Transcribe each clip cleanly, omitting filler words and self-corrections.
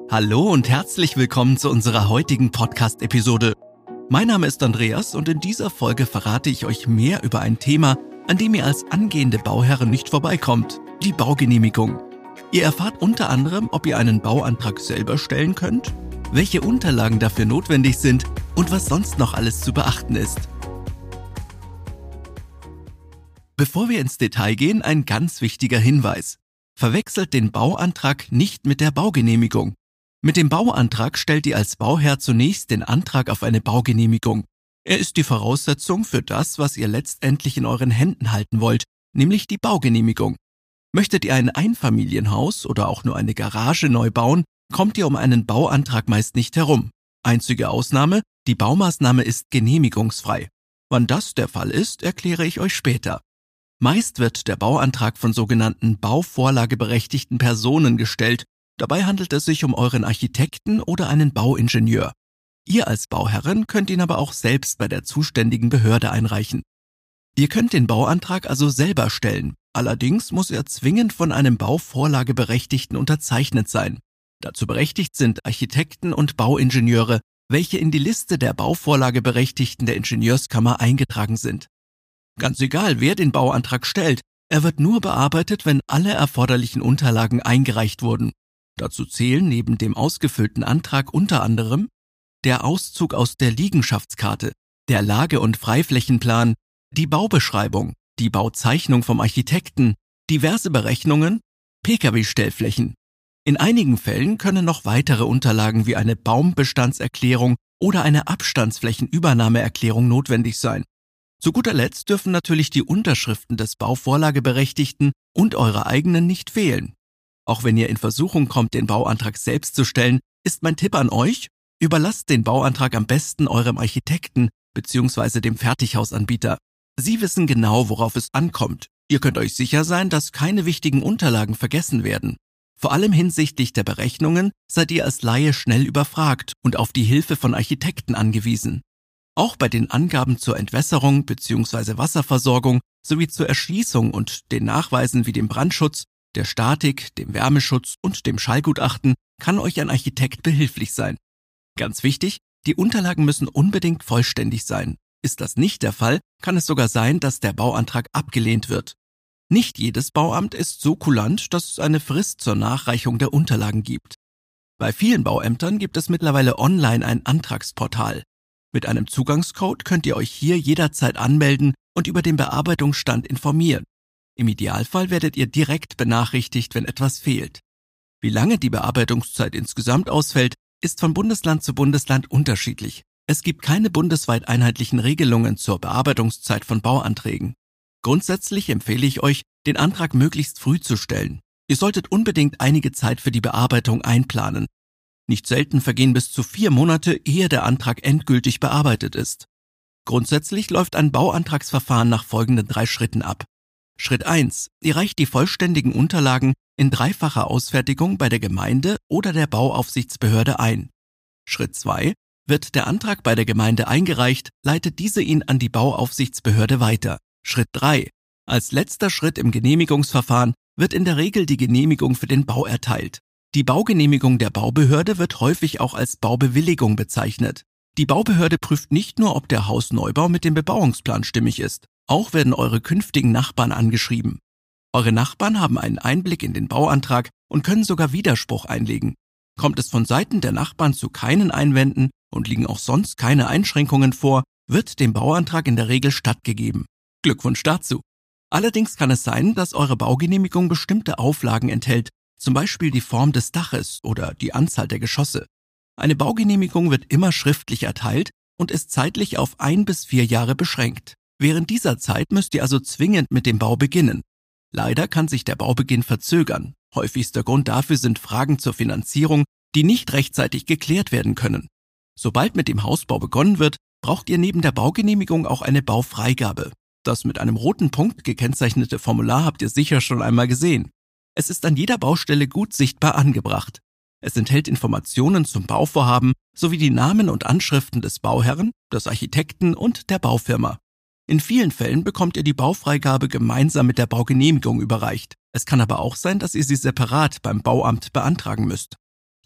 Hallo und herzlich willkommen zu unserer heutigen Podcast-Episode. Mein Name ist Andreas und in dieser Folge verrate ich euch mehr über ein Thema, an dem ihr als angehende Bauherren nicht vorbeikommt: die Baugenehmigung. Ihr erfahrt unter anderem, ob ihr einen Bauantrag selber stellen könnt, welche Unterlagen dafür notwendig sind und was sonst noch alles zu beachten ist. Bevor wir ins Detail gehen, ein ganz wichtiger Hinweis: Verwechselt den Bauantrag nicht mit der Baugenehmigung. Mit dem Bauantrag stellt ihr als Bauherr zunächst den Antrag auf eine Baugenehmigung. Er ist die Voraussetzung für das, was ihr letztendlich in euren Händen halten wollt, nämlich die Baugenehmigung. Möchtet ihr ein Einfamilienhaus oder auch nur eine Garage neu bauen, kommt ihr um einen Bauantrag meist nicht herum. Einzige Ausnahme: die Baumaßnahme ist genehmigungsfrei. Wann das der Fall ist, erkläre ich euch später. Meist wird der Bauantrag von sogenannten bauvorlageberechtigten Personen gestellt. Dabei handelt es sich um euren Architekten oder einen Bauingenieur. Ihr als Bauherrin könnt ihn aber auch selbst bei der zuständigen Behörde einreichen. Ihr könnt den Bauantrag also selber stellen. Allerdings muss er zwingend von einem Bauvorlageberechtigten unterzeichnet sein. Dazu berechtigt sind Architekten und Bauingenieure, welche in die Liste der Bauvorlageberechtigten der Ingenieurskammer eingetragen sind. Ganz egal, wer den Bauantrag stellt, er wird nur bearbeitet, wenn alle erforderlichen Unterlagen eingereicht wurden. Dazu zählen neben dem ausgefüllten Antrag unter anderem der Auszug aus der Liegenschaftskarte, der Lage- und Freiflächenplan, die Baubeschreibung, die Bauzeichnung vom Architekten, diverse Berechnungen, Pkw-Stellflächen. In einigen Fällen können noch weitere Unterlagen wie eine Baumbestandserklärung oder eine Abstandsflächenübernahmeerklärung notwendig sein. Zu guter Letzt dürfen natürlich die Unterschriften des Bauvorlageberechtigten und eure eigenen nicht fehlen. Auch wenn ihr in Versuchung kommt, den Bauantrag selbst zu stellen, ist mein Tipp an euch: Überlasst den Bauantrag am besten eurem Architekten bzw. dem Fertighausanbieter. Sie wissen genau, worauf es ankommt. Ihr könnt euch sicher sein, dass keine wichtigen Unterlagen vergessen werden. Vor allem hinsichtlich der Berechnungen seid ihr als Laie schnell überfragt und auf die Hilfe von Architekten angewiesen. Auch bei den Angaben zur Entwässerung bzw. Wasserversorgung sowie zur Erschließung und den Nachweisen wie dem Brandschutz, der Statik, dem Wärmeschutz und dem Schallgutachten kann euch ein Architekt behilflich sein. Ganz wichtig: die Unterlagen müssen unbedingt vollständig sein. Ist das nicht der Fall, kann es sogar sein, dass der Bauantrag abgelehnt wird. Nicht jedes Bauamt ist so kulant, dass es eine Frist zur Nachreichung der Unterlagen gibt. Bei vielen Bauämtern gibt es mittlerweile online ein Antragsportal. Mit einem Zugangscode könnt ihr euch hier jederzeit anmelden und über den Bearbeitungsstand informieren. Im Idealfall werdet ihr direkt benachrichtigt, wenn etwas fehlt. Wie lange die Bearbeitungszeit insgesamt ausfällt, ist von Bundesland zu Bundesland unterschiedlich. Es gibt keine bundesweit einheitlichen Regelungen zur Bearbeitungszeit von Bauanträgen. Grundsätzlich empfehle ich euch, den Antrag möglichst früh zu stellen. Ihr solltet unbedingt einige Zeit für die Bearbeitung einplanen. Nicht selten vergehen bis zu 4 Monate, ehe der Antrag endgültig bearbeitet ist. Grundsätzlich läuft ein Bauantragsverfahren nach folgenden 3 Schritten ab. Schritt 1: Ihr reicht die vollständigen Unterlagen in 3-facher Ausfertigung bei der Gemeinde oder der Bauaufsichtsbehörde ein. Schritt 2: Wird der Antrag bei der Gemeinde eingereicht, leitet diese ihn an die Bauaufsichtsbehörde weiter. Schritt 3: Als letzter Schritt im Genehmigungsverfahren wird in der Regel die Genehmigung für den Bau erteilt. Die Baugenehmigung der Baubehörde wird häufig auch als Baubewilligung bezeichnet. Die Baubehörde prüft nicht nur, ob der Hausneubau mit dem Bebauungsplan stimmig ist. Auch werden eure künftigen Nachbarn angeschrieben. Eure Nachbarn haben einen Einblick in den Bauantrag und können sogar Widerspruch einlegen. Kommt es von Seiten der Nachbarn zu keinen Einwänden und liegen auch sonst keine Einschränkungen vor, wird dem Bauantrag in der Regel stattgegeben. Glückwunsch dazu! Allerdings kann es sein, dass eure Baugenehmigung bestimmte Auflagen enthält, zum Beispiel die Form des Daches oder die Anzahl der Geschosse. Eine Baugenehmigung wird immer schriftlich erteilt und ist zeitlich auf 1 bis 4 Jahre beschränkt. Während dieser Zeit müsst ihr also zwingend mit dem Bau beginnen. Leider kann sich der Baubeginn verzögern. Häufigster Grund dafür sind Fragen zur Finanzierung, die nicht rechtzeitig geklärt werden können. Sobald mit dem Hausbau begonnen wird, braucht ihr neben der Baugenehmigung auch eine Baufreigabe. Das mit einem roten Punkt gekennzeichnete Formular habt ihr sicher schon einmal gesehen. Es ist an jeder Baustelle gut sichtbar angebracht. Es enthält Informationen zum Bauvorhaben sowie die Namen und Anschriften des Bauherren, des Architekten und der Baufirma. In vielen Fällen bekommt ihr die Baufreigabe gemeinsam mit der Baugenehmigung überreicht. Es kann aber auch sein, dass ihr sie separat beim Bauamt beantragen müsst.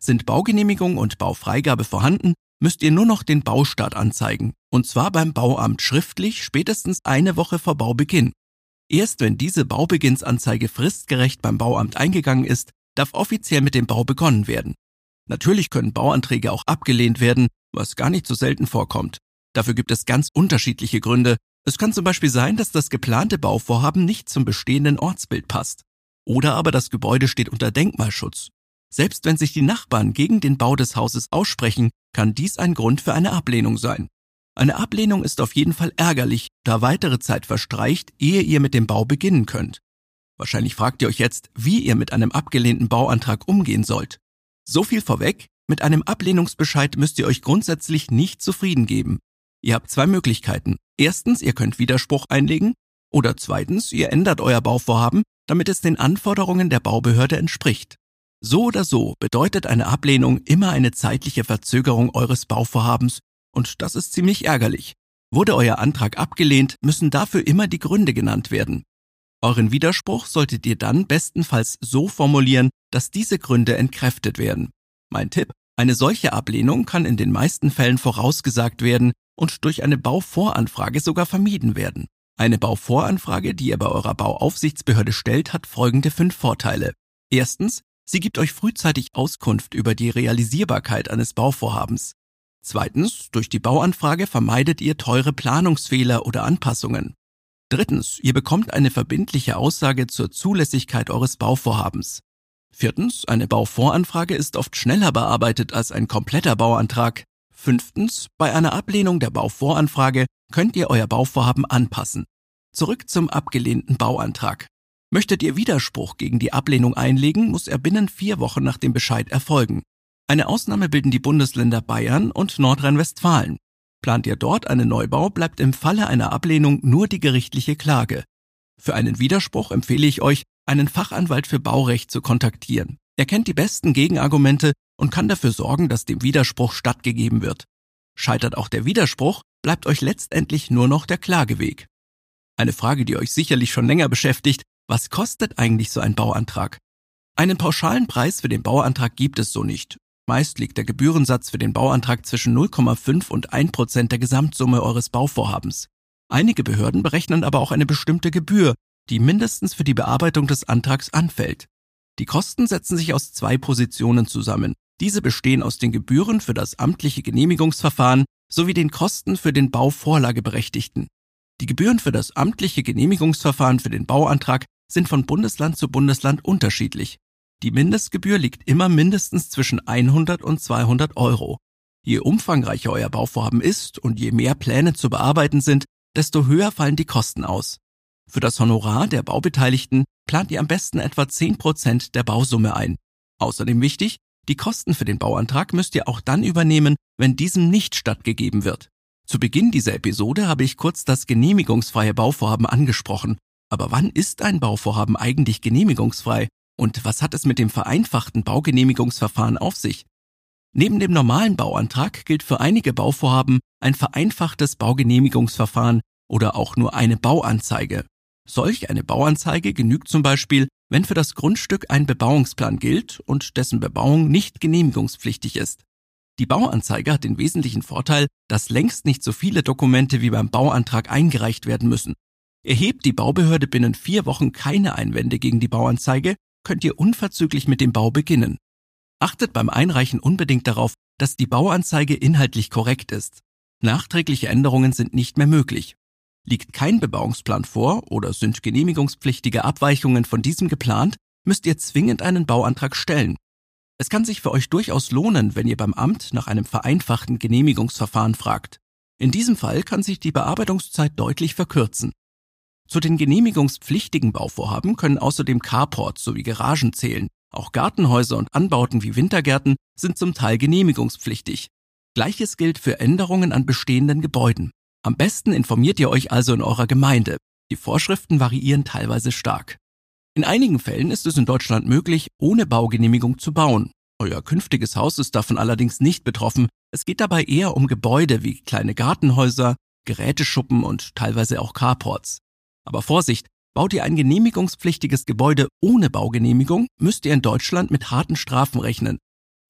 Sind Baugenehmigung und Baufreigabe vorhanden, müsst ihr nur noch den Baustart anzeigen, und zwar beim Bauamt schriftlich spätestens eine Woche vor Baubeginn. Erst wenn diese Baubeginnsanzeige fristgerecht beim Bauamt eingegangen ist, darf offiziell mit dem Bau begonnen werden. Natürlich können Bauanträge auch abgelehnt werden, was gar nicht so selten vorkommt. Dafür gibt es ganz unterschiedliche Gründe. Es kann zum Beispiel sein, dass das geplante Bauvorhaben nicht zum bestehenden Ortsbild passt. Oder aber das Gebäude steht unter Denkmalschutz. Selbst wenn sich die Nachbarn gegen den Bau des Hauses aussprechen, kann dies ein Grund für eine Ablehnung sein. Eine Ablehnung ist auf jeden Fall ärgerlich, da weitere Zeit verstreicht, ehe ihr mit dem Bau beginnen könnt. Wahrscheinlich fragt ihr euch jetzt, wie ihr mit einem abgelehnten Bauantrag umgehen sollt. So viel vorweg, mit einem Ablehnungsbescheid müsst ihr euch grundsätzlich nicht zufrieden geben. Ihr habt zwei Möglichkeiten. Erstens, ihr könnt Widerspruch einlegen, oder zweitens, ihr ändert euer Bauvorhaben, damit es den Anforderungen der Baubehörde entspricht. So oder so bedeutet eine Ablehnung immer eine zeitliche Verzögerung eures Bauvorhabens, und das ist ziemlich ärgerlich. Wurde euer Antrag abgelehnt, müssen dafür immer die Gründe genannt werden. Euren Widerspruch solltet ihr dann bestenfalls so formulieren, dass diese Gründe entkräftet werden. Mein Tipp: Eine solche Ablehnung kann in den meisten Fällen vorausgesagt werden und durch eine Bauvoranfrage sogar vermieden werden. Eine Bauvoranfrage, die ihr bei eurer Bauaufsichtsbehörde stellt, hat folgende 5 Vorteile. Erstens, sie gibt euch frühzeitig Auskunft über die Realisierbarkeit eines Bauvorhabens. Zweitens, durch die Bauanfrage vermeidet ihr teure Planungsfehler oder Anpassungen. Drittens, ihr bekommt eine verbindliche Aussage zur Zulässigkeit eures Bauvorhabens. Viertens, eine Bauvoranfrage ist oft schneller bearbeitet als ein kompletter Bauantrag. Fünftens, bei einer Ablehnung der Bauvoranfrage könnt ihr euer Bauvorhaben anpassen. Zurück zum abgelehnten Bauantrag. Möchtet ihr Widerspruch gegen die Ablehnung einlegen, muss er binnen 4 Wochen nach dem Bescheid erfolgen. Eine Ausnahme bilden die Bundesländer Bayern und Nordrhein-Westfalen. Plant ihr dort einen Neubau, bleibt im Falle einer Ablehnung nur die gerichtliche Klage. Für einen Widerspruch empfehle ich euch, einen Fachanwalt für Baurecht zu kontaktieren. Er kennt die besten Gegenargumente und kann dafür sorgen, dass dem Widerspruch stattgegeben wird. Scheitert auch der Widerspruch, bleibt euch letztendlich nur noch der Klageweg. Eine Frage, die euch sicherlich schon länger beschäftigt: Was kostet eigentlich so ein Bauantrag? Einen pauschalen Preis für den Bauantrag gibt es so nicht. Meist liegt der Gebührensatz für den Bauantrag zwischen 0,5 und 1% der Gesamtsumme eures Bauvorhabens. Einige Behörden berechnen aber auch eine bestimmte Gebühr, die mindestens für die Bearbeitung des Antrags anfällt. Die Kosten setzen sich aus 2 Positionen zusammen. Diese bestehen aus den Gebühren für das amtliche Genehmigungsverfahren sowie den Kosten für den Bauvorlageberechtigten. Die Gebühren für das amtliche Genehmigungsverfahren für den Bauantrag sind von Bundesland zu Bundesland unterschiedlich. Die Mindestgebühr liegt immer mindestens zwischen 100 und 200 Euro. Je umfangreicher euer Bauvorhaben ist und je mehr Pläne zu bearbeiten sind, desto höher fallen die Kosten aus. Für das Honorar der Baubeteiligten plant ihr am besten etwa 10% der Bausumme ein. Außerdem wichtig: Die Kosten für den Bauantrag müsst ihr auch dann übernehmen, wenn diesem nicht stattgegeben wird. Zu Beginn dieser Episode habe ich kurz das genehmigungsfreie Bauvorhaben angesprochen. Aber wann ist ein Bauvorhaben eigentlich genehmigungsfrei? Und was hat es mit dem vereinfachten Baugenehmigungsverfahren auf sich? Neben dem normalen Bauantrag gilt für einige Bauvorhaben ein vereinfachtes Baugenehmigungsverfahren oder auch nur eine Bauanzeige. Solch eine Bauanzeige genügt zum Beispiel, wenn für das Grundstück ein Bebauungsplan gilt und dessen Bebauung nicht genehmigungspflichtig ist. Die Bauanzeige hat den wesentlichen Vorteil, dass längst nicht so viele Dokumente wie beim Bauantrag eingereicht werden müssen. Erhebt die Baubehörde binnen 4 Wochen keine Einwände gegen die Bauanzeige, könnt ihr unverzüglich mit dem Bau beginnen. Achtet beim Einreichen unbedingt darauf, dass die Bauanzeige inhaltlich korrekt ist. Nachträgliche Änderungen sind nicht mehr möglich. Liegt kein Bebauungsplan vor oder sind genehmigungspflichtige Abweichungen von diesem geplant, müsst ihr zwingend einen Bauantrag stellen. Es kann sich für euch durchaus lohnen, wenn ihr beim Amt nach einem vereinfachten Genehmigungsverfahren fragt. In diesem Fall kann sich die Bearbeitungszeit deutlich verkürzen. Zu den genehmigungspflichtigen Bauvorhaben können außerdem Carports sowie Garagen zählen. Auch Gartenhäuser und Anbauten wie Wintergärten sind zum Teil genehmigungspflichtig. Gleiches gilt für Änderungen an bestehenden Gebäuden. Am besten informiert ihr euch also in eurer Gemeinde. Die Vorschriften variieren teilweise stark. In einigen Fällen ist es in Deutschland möglich, ohne Baugenehmigung zu bauen. Euer künftiges Haus ist davon allerdings nicht betroffen. Es geht dabei eher um Gebäude wie kleine Gartenhäuser, Geräteschuppen und teilweise auch Carports. Aber Vorsicht, baut ihr ein genehmigungspflichtiges Gebäude ohne Baugenehmigung, müsst ihr in Deutschland mit harten Strafen rechnen.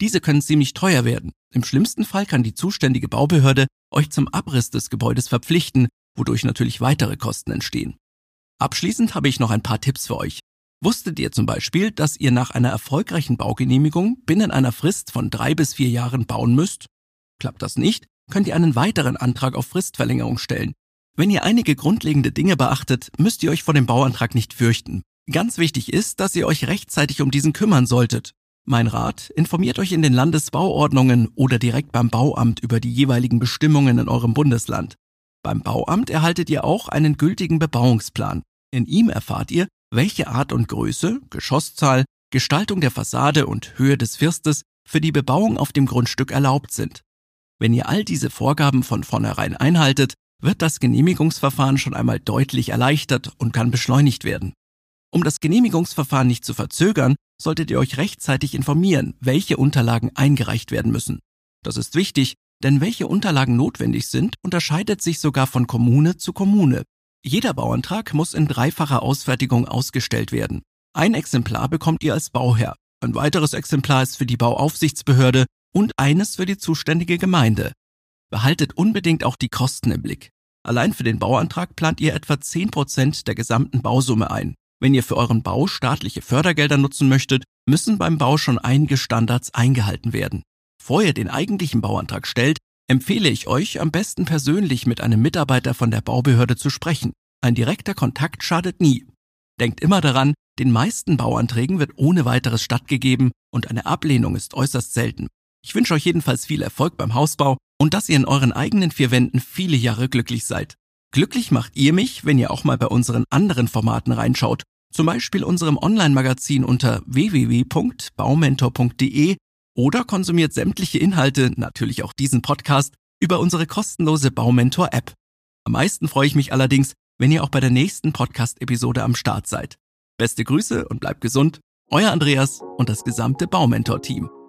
Diese können ziemlich teuer werden. Im schlimmsten Fall kann die zuständige Baubehörde euch zum Abriss des Gebäudes verpflichten, wodurch natürlich weitere Kosten entstehen. Abschließend habe ich noch ein paar Tipps für euch. Wusstet ihr zum Beispiel, dass ihr nach einer erfolgreichen Baugenehmigung binnen einer Frist von 3 bis 4 Jahren bauen müsst? Klappt das nicht, könnt ihr einen weiteren Antrag auf Fristverlängerung stellen. Wenn ihr einige grundlegende Dinge beachtet, müsst ihr euch vor dem Bauantrag nicht fürchten. Ganz wichtig ist, dass ihr euch rechtzeitig um diesen kümmern solltet. Mein Rat, informiert euch in den Landesbauordnungen oder direkt beim Bauamt über die jeweiligen Bestimmungen in eurem Bundesland. Beim Bauamt erhaltet ihr auch einen gültigen Bebauungsplan. In ihm erfahrt ihr, welche Art und Größe, Geschosszahl, Gestaltung der Fassade und Höhe des Firstes für die Bebauung auf dem Grundstück erlaubt sind. Wenn ihr all diese Vorgaben von vornherein einhaltet, wird das Genehmigungsverfahren schon einmal deutlich erleichtert und kann beschleunigt werden. Um das Genehmigungsverfahren nicht zu verzögern, solltet ihr euch rechtzeitig informieren, welche Unterlagen eingereicht werden müssen. Das ist wichtig, denn welche Unterlagen notwendig sind, unterscheidet sich sogar von Kommune zu Kommune. Jeder Bauantrag muss in 3-facher Ausfertigung ausgestellt werden. Ein Exemplar bekommt ihr als Bauherr, ein weiteres Exemplar ist für die Bauaufsichtsbehörde und eines für die zuständige Gemeinde. Behaltet unbedingt auch die Kosten im Blick. Allein für den Bauantrag plant ihr etwa 10% der gesamten Bausumme ein. Wenn ihr für euren Bau staatliche Fördergelder nutzen möchtet, müssen beim Bau schon einige Standards eingehalten werden. Bevor ihr den eigentlichen Bauantrag stellt, empfehle ich euch, am besten persönlich mit einem Mitarbeiter von der Baubehörde zu sprechen. Ein direkter Kontakt schadet nie. Denkt immer daran, den meisten Bauanträgen wird ohne weiteres stattgegeben und eine Ablehnung ist äußerst selten. Ich wünsche euch jedenfalls viel Erfolg beim Hausbau und dass ihr in euren eigenen 4 Wänden viele Jahre glücklich seid. Glücklich macht ihr mich, wenn ihr auch mal bei unseren anderen Formaten reinschaut, zum Beispiel unserem Online-Magazin unter www.baumentor.de oder konsumiert sämtliche Inhalte, natürlich auch diesen Podcast, über unsere kostenlose Baumentor-App. Am meisten freue ich mich allerdings, wenn ihr auch bei der nächsten Podcast-Episode am Start seid. Beste Grüße und bleibt gesund, euer Andreas und das gesamte Baumentor-Team.